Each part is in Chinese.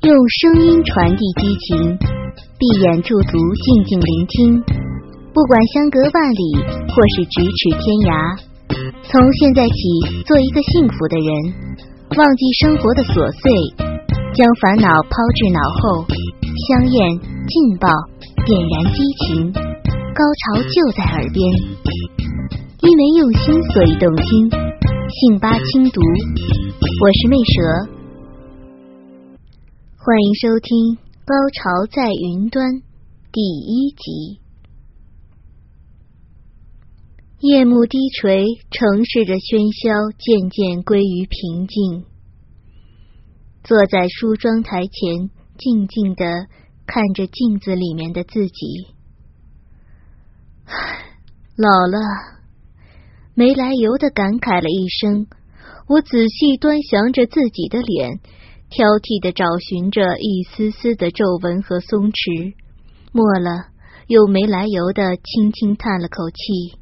用声音传递激情，闭眼驻足，静静聆听。不管相隔万里，或是咫尺天涯，从现在起，做一个幸福的人，忘记生活的琐碎，将烦恼抛至脑后，香艳劲爆，点燃激情，高潮就在耳边。因为用心，所以动听。信吧轻读，我是魅蛇。欢迎收听《高潮在云端》第1集。夜幕低垂，城市的喧嚣渐渐归于平静。坐在梳妆台前，静静地看着镜子里面的自己。老了，没来由地感慨了一声。我仔细端详着自己的脸，挑剔地找寻着一丝丝的皱纹和松弛，末了又没来由地轻轻叹了口气。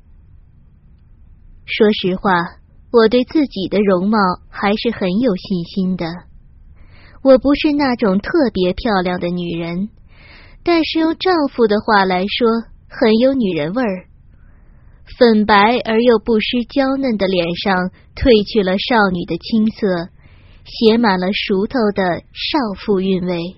说实话，我对自己的容貌还是很有信心的。我不是那种特别漂亮的女人，但是用丈夫的话来说，很有女人味儿。粉白而又不失娇嫩的脸上褪去了少女的青涩，写满了熟透的少妇韵味。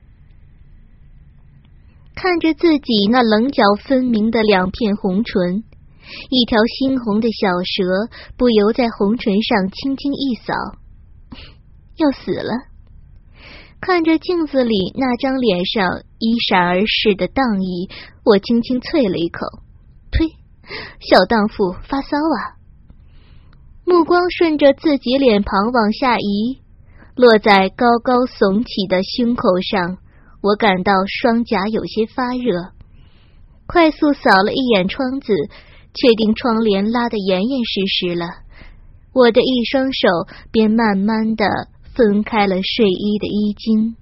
看着自己那棱角分明的两片红唇，一条猩红的小蛇不由在红唇上轻轻一扫。要死了。看着镜子里那张脸上一闪而逝的荡意，我轻轻啐了一口，呸，小荡妇发骚啊。目光顺着自己脸庞往下移，落在高高耸起的胸口上，我感到双颊有些发热，快速扫了一眼窗子，确定窗帘拉得严严实实了，我的一双手便慢慢地分开了睡衣的衣襟。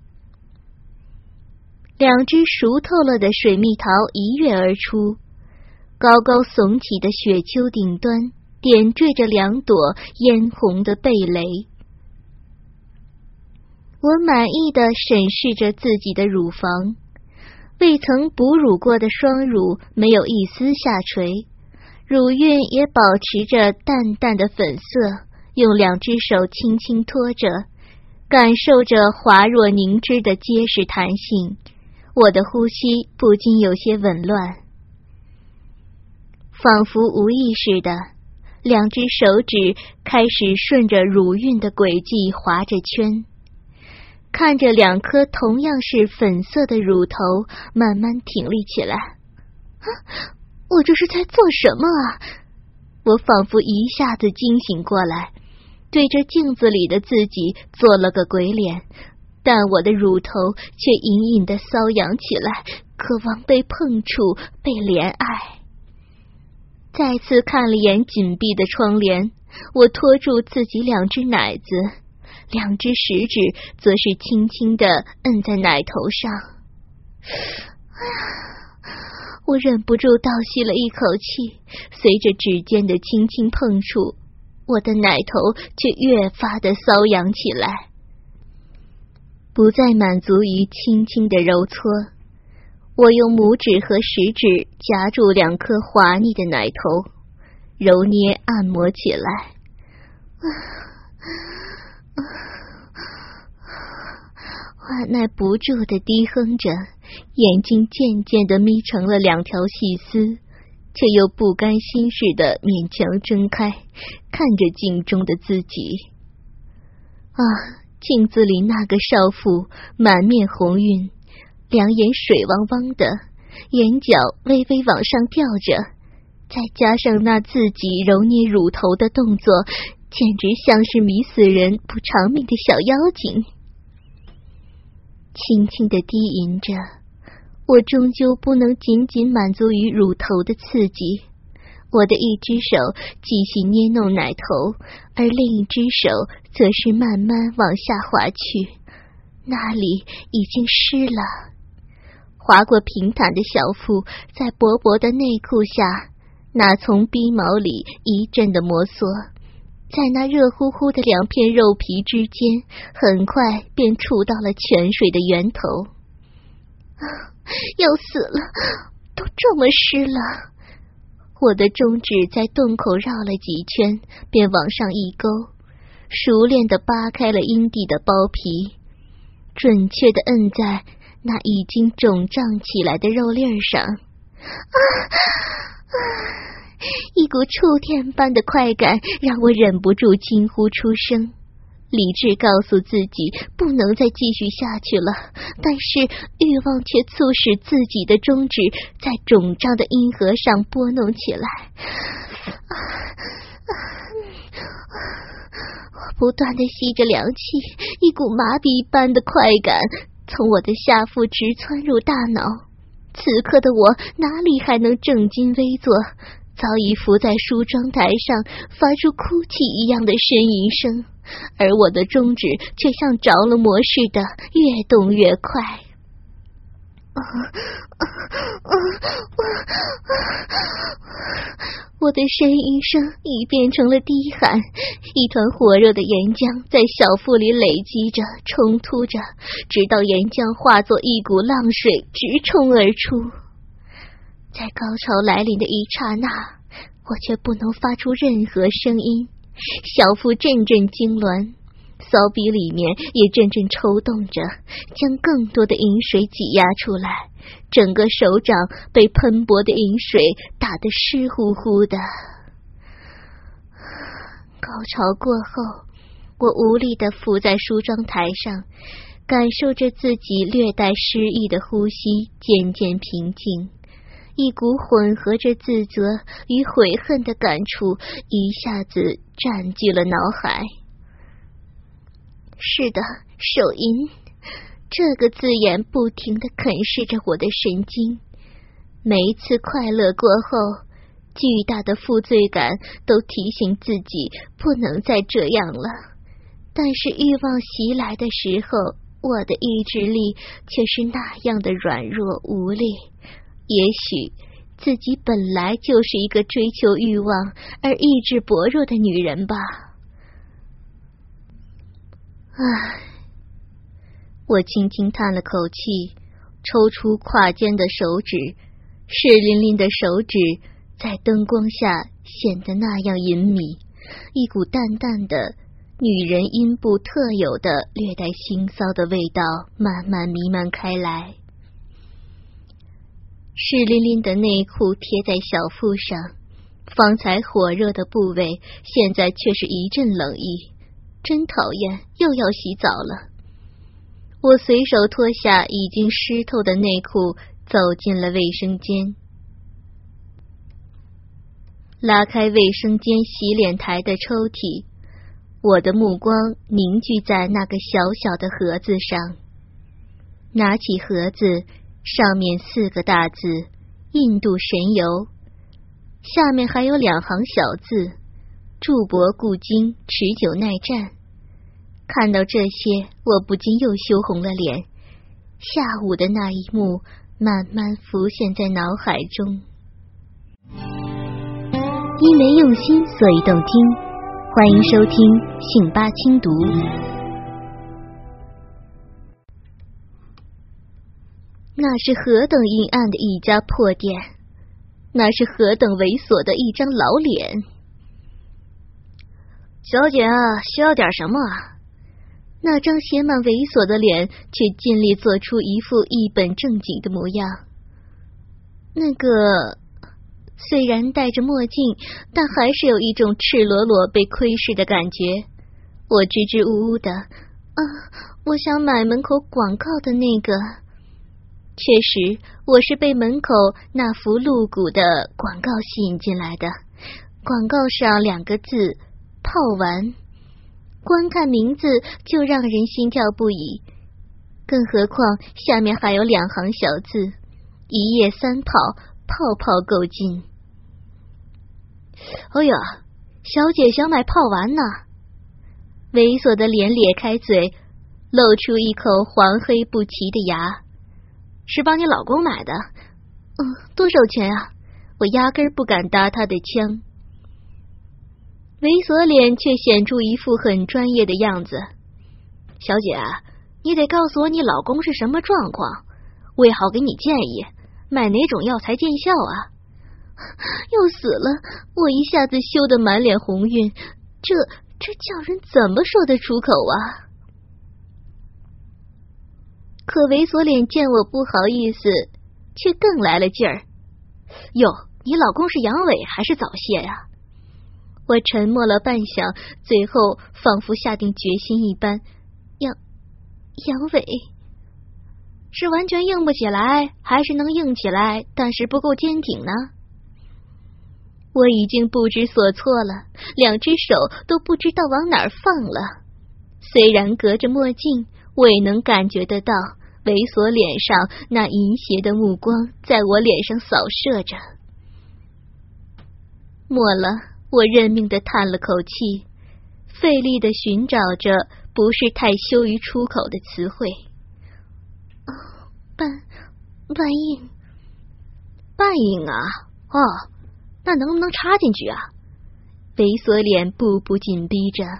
两只熟透了的水蜜桃一跃而出，高高耸起的雪丘顶端点缀着两朵嫣红的蓓蕾。我满意地审视着自己的乳房，未曾哺乳过的双乳没有一丝下垂，乳晕也保持着淡淡的粉色，用两只手轻轻托着，感受着滑若凝脂的结实弹性，我的呼吸不禁有些紊乱。仿佛无意识的，两只手指开始顺着乳晕的轨迹划着圈，看着两颗同样是粉色的乳头慢慢挺立起来。我这是在做什么啊？我仿佛一下子惊醒过来，对着镜子里的自己做了个鬼脸，但我的乳头却隐隐地瘙痒起来，渴望被碰触，被怜爱。再次看了眼紧闭的窗帘，我托住自己两只奶子，两只食指则是轻轻地摁在奶头上。我忍不住倒吸了一口气，随着指尖的轻轻碰触，我的奶头却越发的瘙痒起来。不再满足于轻轻的揉搓，我用拇指和食指夹住两颗滑腻的奶头，揉捏按摩起来。按耐不住的低哼着，眼睛渐渐地眯成了两条细丝，却又不甘心似的勉强睁开，看着镜中的自己。镜子里那个少妇满面红晕，两眼水汪汪的，眼角微微往上吊着，再加上那自己揉捏乳头的动作，简直像是迷死人不偿命的小妖精。轻轻地低吟着，我终究不能仅仅满足于乳头的刺激，我的一只手继续捏弄奶头，而另一只手则是慢慢往下滑去，那里已经湿了。划过平坦的小腹，在薄薄的内裤下，那从逼毛里一阵的摩挲， 在那热乎乎的两片肉皮之间，很快便触到了泉水的源头。要死了，都这么湿了。我的中指在洞口绕了几圈，便往上一勾，熟练地扒开了阴蒂的包皮，准确地摁在那已经肿胀起来的肉粒上。一股触电般的快感让我忍不住惊呼出声。理智告诉自己不能再继续下去了，但是欲望却促使自己的中指在肿胀的阴核上拨弄起来。我不断地吸着凉气，一股麻痹般的快感从我的下腹直窜入大脑。此刻的我哪里还能正襟危坐，早已伏在梳妆台上发出哭泣一样的呻吟声，而我的中指却像着了魔似的越动越快。我的呻吟声已变成了低喊，一团火热的岩浆在小腹里累积着冲突着，直到岩浆化作一股浪水直冲而出。在高潮来临的一刹那，我却不能发出任何声音，小腹阵阵痉挛，骚逼里面也阵阵抽动着，将更多的饮水挤压出来，整个手掌被喷薄的饮水打得湿乎乎的。高潮过后，我无力地伏在梳妆台上，感受着自己略带失意的呼吸渐渐平静，一股混合着自责与悔恨的感触一下子占据了脑海。是的，手淫，这个字眼不停地啃噬着我的神经。每一次快乐过后，巨大的负罪感都提醒自己不能再这样了。但是欲望袭来的时候，我的意志力却是那样的软弱无力。也许自己本来就是一个追求欲望而意志薄弱的女人吧。唉，我轻轻叹了口气，抽出胯间的手指，湿淋淋的手指在灯光下显得那样隐秘，一股淡淡的女人阴部特有的略带腥臊的味道慢慢弥漫开来。湿淋淋的内裤贴在小腹上，方才火热的部位现在却是一阵冷意，真讨厌，又要洗澡了。我随手脱下已经湿透的内裤，走进了卫生间。拉开卫生间洗脸台的抽屉，我的目光凝聚在那个小小的盒子上。拿起盒子，上面4个大字印度神油，下面还有2行小字驻博固精，持久耐战。看到这些，我不禁又羞红了脸。下午的那一幕慢慢浮现在脑海中。因为用心，所以动听。欢迎收听信巴轻读。那是何等阴暗的一家破店，那是何等猥琐的一张老脸。小姐啊，需要点什么啊？那张写满猥琐的脸却尽力做出一副一本正经的模样。那个虽然戴着墨镜，但还是有一种赤裸裸被窥视的感觉。我支支吾吾的，我想买门口广告的那个。确实，我是被门口那幅露骨的广告吸引进来的。广告上2个字，泡丸。光看名字就让人心跳不已，更何况下面还有2行小字，一夜3泡，泡泡够劲。哎呀，小姐想买泡丸呢。猥琐的脸咧开嘴，露出一口黄黑不齐的牙。是帮你老公买的？多少钱啊？我压根儿不敢搭他的枪。 猥琐脸却显出一副很专业的样子。小姐，你得告诉我你老公是什么状况，我也好给你建议买哪种药才见效啊。又死了，我一下子羞得满脸红晕，这叫人怎么说得出口啊？可猥琐脸见我不好意思，却更来了劲儿。哟，你老公是阳痿还是早泄呀？我沉默了半晌，最后仿佛下定决心一般，阳痿是完全硬不起来，还是能硬起来，但是不够坚挺呢？我已经不知所措了，两只手都不知道往哪儿放了。虽然隔着墨镜，我也能感觉得到猥琐脸上那淫邪的目光在我脸上扫射着。末了，我认命地叹了口气，费力地寻找着不是太羞于出口的词汇。半硬啊！哦，那能不能插进去啊？猥琐脸步步紧逼着，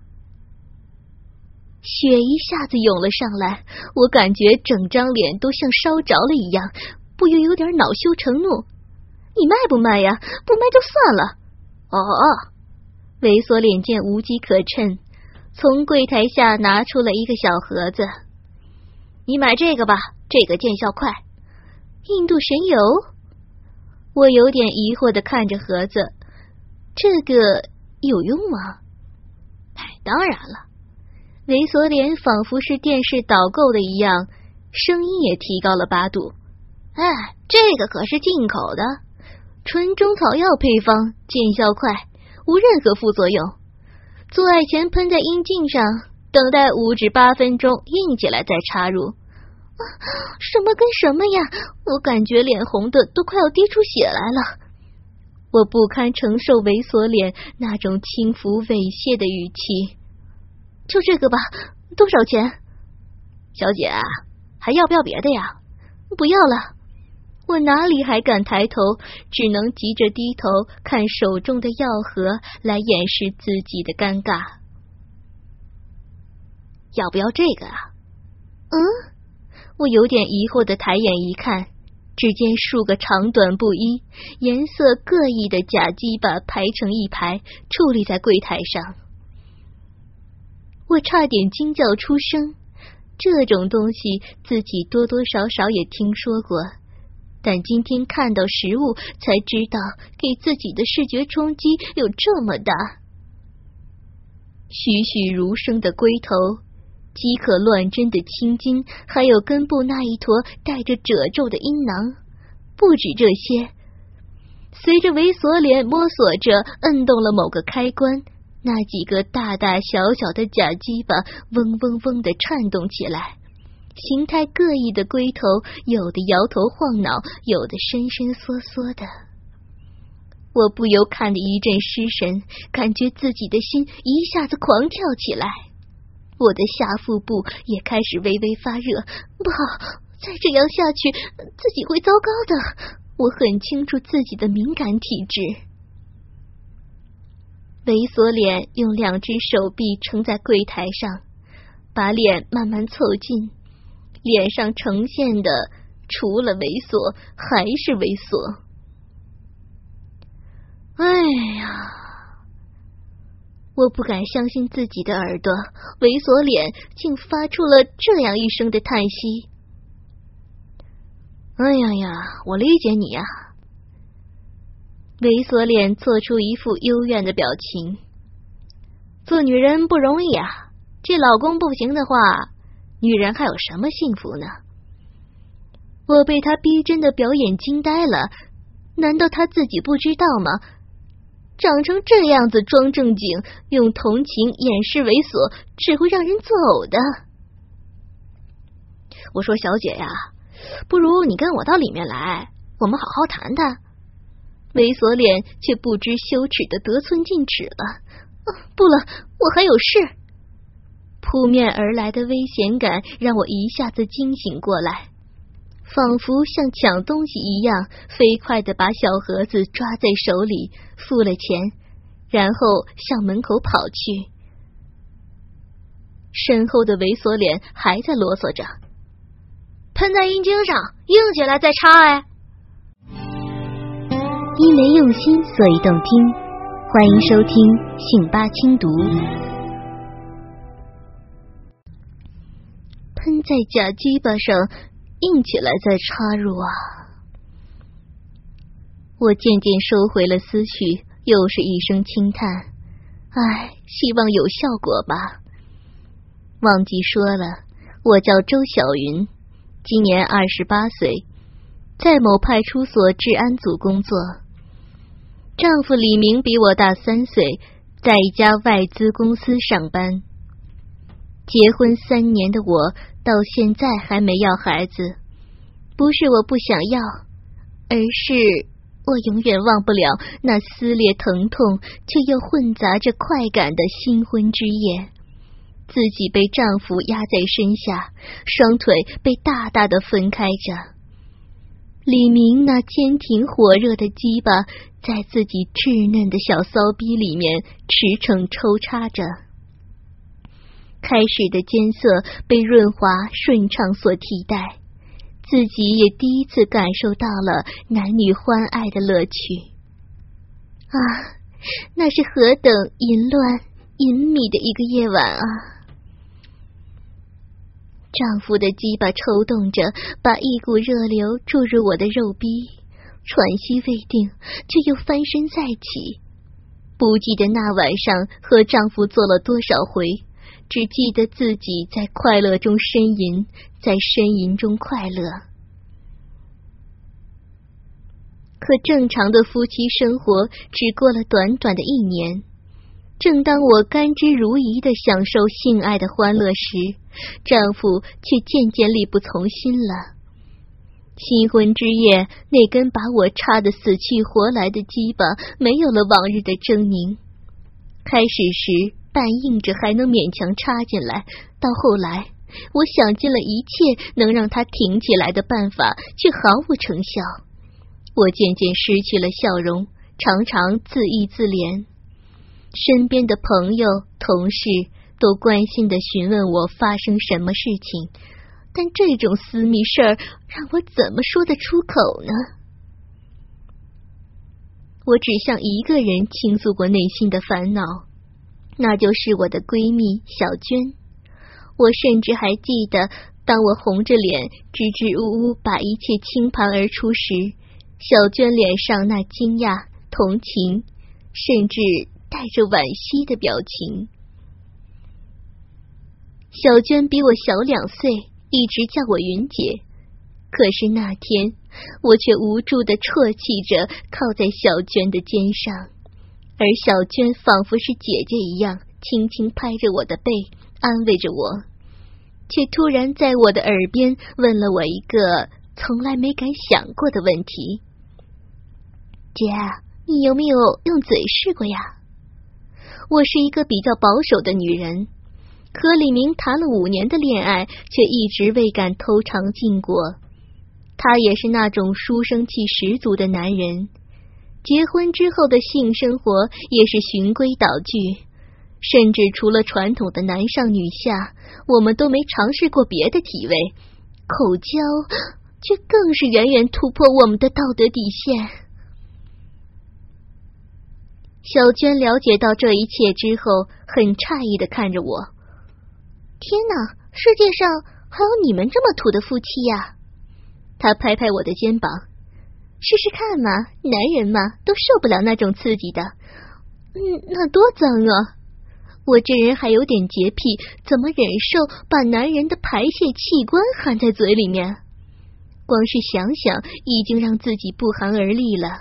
血一下子涌了上来，我感觉整张脸都像烧着了一样，不由有点恼羞成怒。你卖不卖呀？不卖就算了。猥琐脸见无机可趁，从柜台下拿出了一个小盒子。你买这个吧，这个见效快。印度神油？我有点疑惑地看着盒子，这个有用吗？当然了。猥琐脸仿佛是电视导购的一样，声音也提高了8度。这个可是进口的，纯中草药配方，见效快，无任何副作用。做爱前喷在阴茎上，等待5至8分钟，硬起来再插入。什么跟什么呀？我感觉脸红的都快要滴出血来了。我不堪承受猥琐脸那种轻浮猥亵的语气。就这个吧，多少钱？小姐，还要不要别的呀？不要了。我哪里还敢抬头，只能急着低头看手中的药盒来掩饰自己的尴尬。要不要这个啊？我有点疑惑的抬眼一看，只见数个长短不一、颜色各异的假鸡巴排成一排，矗立在柜台上。我差点惊叫出声，这种东西自己多多少少也听说过，但今天看到实物才知道，给自己的视觉冲击有这么大。栩栩如生的龟头，饥渴乱真的青筋，还有根部那一坨带着褶皱的阴囊。不止这些，随着猥琐脸摸索着摁动了某个开关，那几个大大小小的假鸡巴嗡嗡嗡地颤动起来，形态各异的龟头，有的摇头晃脑，有的伸伸缩缩的。我不由看得一阵失神，感觉自己的心一下子狂跳起来，我的下腹部也开始微微发热。不好，再这样下去自己会糟糕的。我很清楚自己的敏感体质。猥琐脸用2只手臂撑在柜台上，把脸慢慢凑近，脸上呈现的除了猥琐还是猥琐。我不敢相信自己的耳朵，猥琐脸竟发出了这样一声的叹息。我理解你呀。猥琐脸做出一副幽怨的表情。做女人不容易啊，这老公不行的话，女人还有什么幸福呢？我被他逼真的表演惊呆了，难道他自己不知道吗？长成这样子装正经，用同情掩饰猥琐，只会让人作呕的。我说小姐呀，不如你跟我到里面来，我们好好谈谈。猥琐脸却不知羞耻的得寸进尺了。不了，我还有事。扑面而来的危险感让我一下子惊醒过来，仿佛像抢东西一样，飞快地把小盒子抓在手里，付了钱， 然后向门口跑去。身后的猥琐脸还在啰嗦着：“喷在阴茎上，硬起来再插哎！” 因为用心，所以动听。欢迎收听信八轻读。 喷在假鸡巴上，硬起来再插入啊！我渐渐收回了思绪，又是一声轻叹：“唉，希望有效果吧。”忘记说了，我叫周小云，今年28岁，在某派出所治安组工作。丈夫李明比我大3岁，在一家外资公司上班。结婚3年的我，到现在还没要孩子，不是我不想要，而是我永远忘不了那撕裂疼痛却又混杂着快感的新婚之夜。自己被丈夫压在身下，双腿被大大的分开着。李明那坚挺火热的鸡巴在自己稚嫩的小骚逼里面驰骋抽插着，开始的艰涩被润滑顺畅所替代，自己也第一次感受到了男女欢爱的乐趣。啊，那是何等淫乱隐秘的一个夜晚啊！丈夫的鸡巴抽动着，把一股热流注入我的肉壁，喘息未定，却又翻身再起。不记得那晚上和丈夫做了多少回，只记得自己在快乐中呻吟，在呻吟中快乐。可正常的夫妻生活只过了短短的1年，正当我甘之如饴地享受性爱的欢乐时，丈夫却渐渐力不从心了。新婚之夜，那根把我插得死去活来的鸡巴没有了往日的狰狞。开始时半硬着还能勉强插进来，到后来我想尽了一切能让它挺起来的办法，却毫无成效。我渐渐失去了笑容，常常自缢自怜。身边的朋友、同事都关心地询问我发生什么事情，但这种私密事儿让我怎么说得出口呢？我只向一个人倾诉过内心的烦恼，那就是我的闺蜜小娟。我甚至还记得，当我红着脸支支吾吾把一切倾盘而出时，小娟脸上那惊讶、同情，甚至带着惋惜的表情。小娟比我小2岁，一直叫我云姐。可是那天，我却无助地啜泣着靠在小娟的肩上，而小娟仿佛是姐姐一样，轻轻拍着我的背，安慰着我，却突然在我的耳边问了我一个从来没敢想过的问题：姐，你有没有用嘴试过呀？我是一个比较保守的女人，和李明谈了5年的恋爱，却一直未敢偷尝禁果。他也是那种书生气十足的男人，结婚之后的性生活也是循规蹈矩，甚至除了传统的男上女下，我们都没尝试过别的体位，口交却更是远远突破我们的道德底线。小娟了解到这一切之后，很诧异地看着我。天哪，世界上还有你们这么土的夫妻呀！她拍拍我的肩膀，试试看嘛，男人嘛，都受不了那种刺激的。那多脏啊！我这人还有点洁癖，怎么忍受把男人的排泄器官含在嘴里面？光是想想，已经让自己不寒而栗了。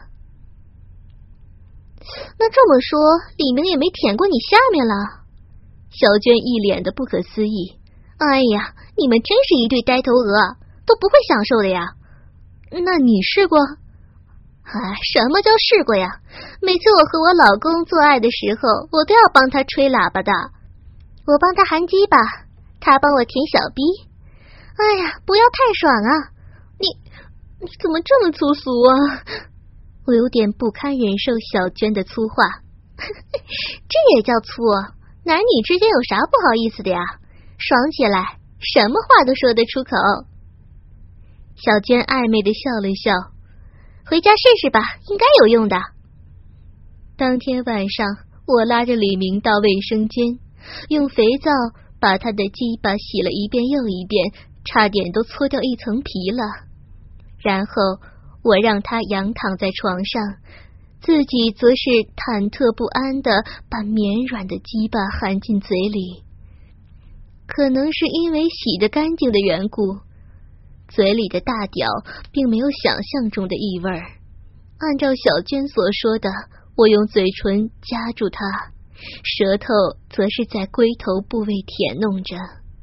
那这么说，李明也没舔过你下面了？小娟一脸的不可思议。哎呀，你们真是一对呆头鹅，都不会享受的呀。那你试过？什么叫试过呀？每次我和我老公做爱的时候，我都要帮他吹喇叭的。我帮他含鸡巴，他帮我舔小逼。哎呀，不要太爽啊！你怎么这么粗俗啊？我有点不堪忍受小娟的粗话。 这也叫粗？男女之间有啥不好意思的呀？爽起来，什么话都说得出口。小娟暧昧的笑了笑，回家试试吧，应该有用的。当天晚上，我拉着李明到卫生间，用肥皂把他的鸡巴洗了一遍又一遍，差点都搓掉一层皮了。然后我让他仰躺在床上，自己则是忐忑不安地把绵软的鸡巴含进嘴里。可能是因为洗得干净的缘故，嘴里的大屌并没有想象中的异味。按照小娟所说的，我用嘴唇夹住它，舌头则是在龟头部位舔弄着。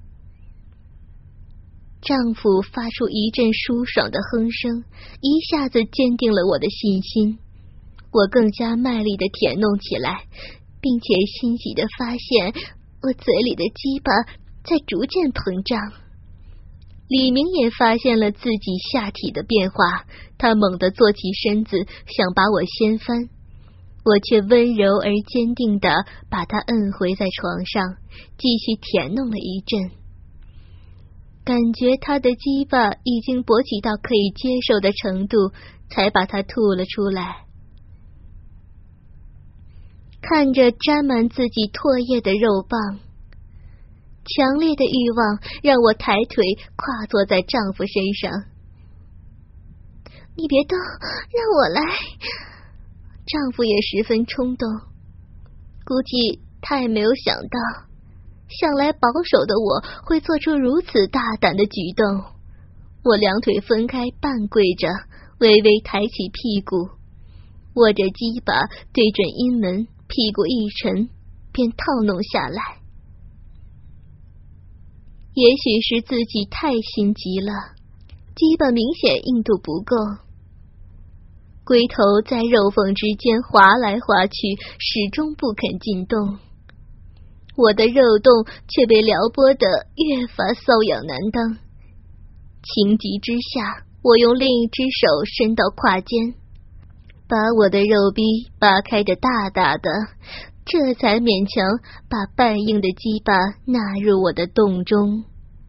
丈夫发出一阵舒爽的哼声，一下子坚定了我的信心。我更加卖力地舔弄起来，并且欣喜地发现我嘴里的鸡巴在逐渐膨胀。李明也发现了自己下体的变化，他猛地坐起身子，想把我掀翻，我却温柔而坚定地把他摁回在床上，继续舔弄了一阵。感觉他的鸡巴已经勃起到可以接受的程度，才把它吐了出来。看着沾满自己唾液的肉棒，强烈的欲望让我抬腿跨坐在丈夫身上。你别动，让我来。丈夫也十分冲动，估计他也没有想到，向来保守的我会做出如此大胆的举动。我两腿分开半跪着，微微抬起屁股，握着鸡巴对准阴门，屁股一沉便套弄下来。也许是自己太心急了，鸡巴明显硬度不够，龟头在肉缝之间滑来滑去，始终不肯进动。我的肉洞却被撩拨得越发瘙痒难当。情急之下，我用另一只手伸到胯间，把我的肉壁扒开得大大的，这才勉强把半硬的鸡巴纳入我的洞中。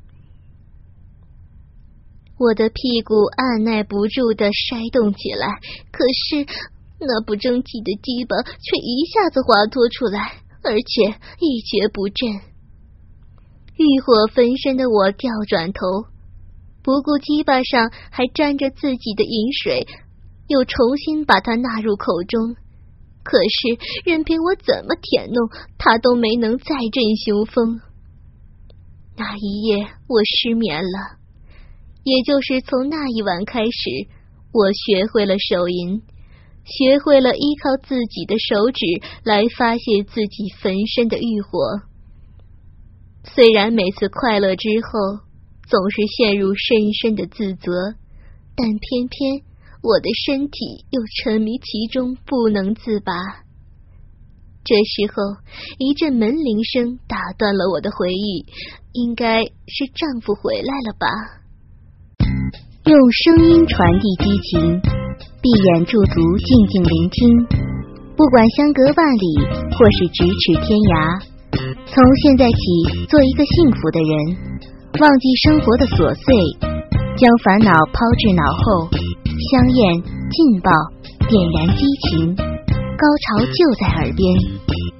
我的屁股按耐不住地摔动起来，可是那不争气的鸡巴却一下子滑脱出来，而且一蹶不振。欲火焚身的我调转头，不顾鸡巴上还沾着自己的饮水，又重新把它纳入口中。可是任凭我怎么舔弄，它都没能再振雄风。那一夜我失眠了，也就是从那一晚开始，我学会了手淫，学会了依靠自己的手指来发泄自己焚身的欲火。虽然每次快乐之后总是陷入深深的自责，但偏偏我的身体又沉迷其中不能自拔。这时候一阵门铃声打断了我的回忆，应该是丈夫回来了吧。 用声音传递激情，闭眼驻足静静聆听，不管相隔万里或是咫尺天涯，从现在起做一个幸福的人，忘记生活的琐碎，将烦恼抛至脑后，香艳劲爆点燃激情，高潮就在耳边。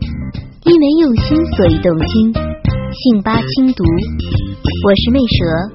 因为用心所以动听，信吧轻读，我是魅蛇，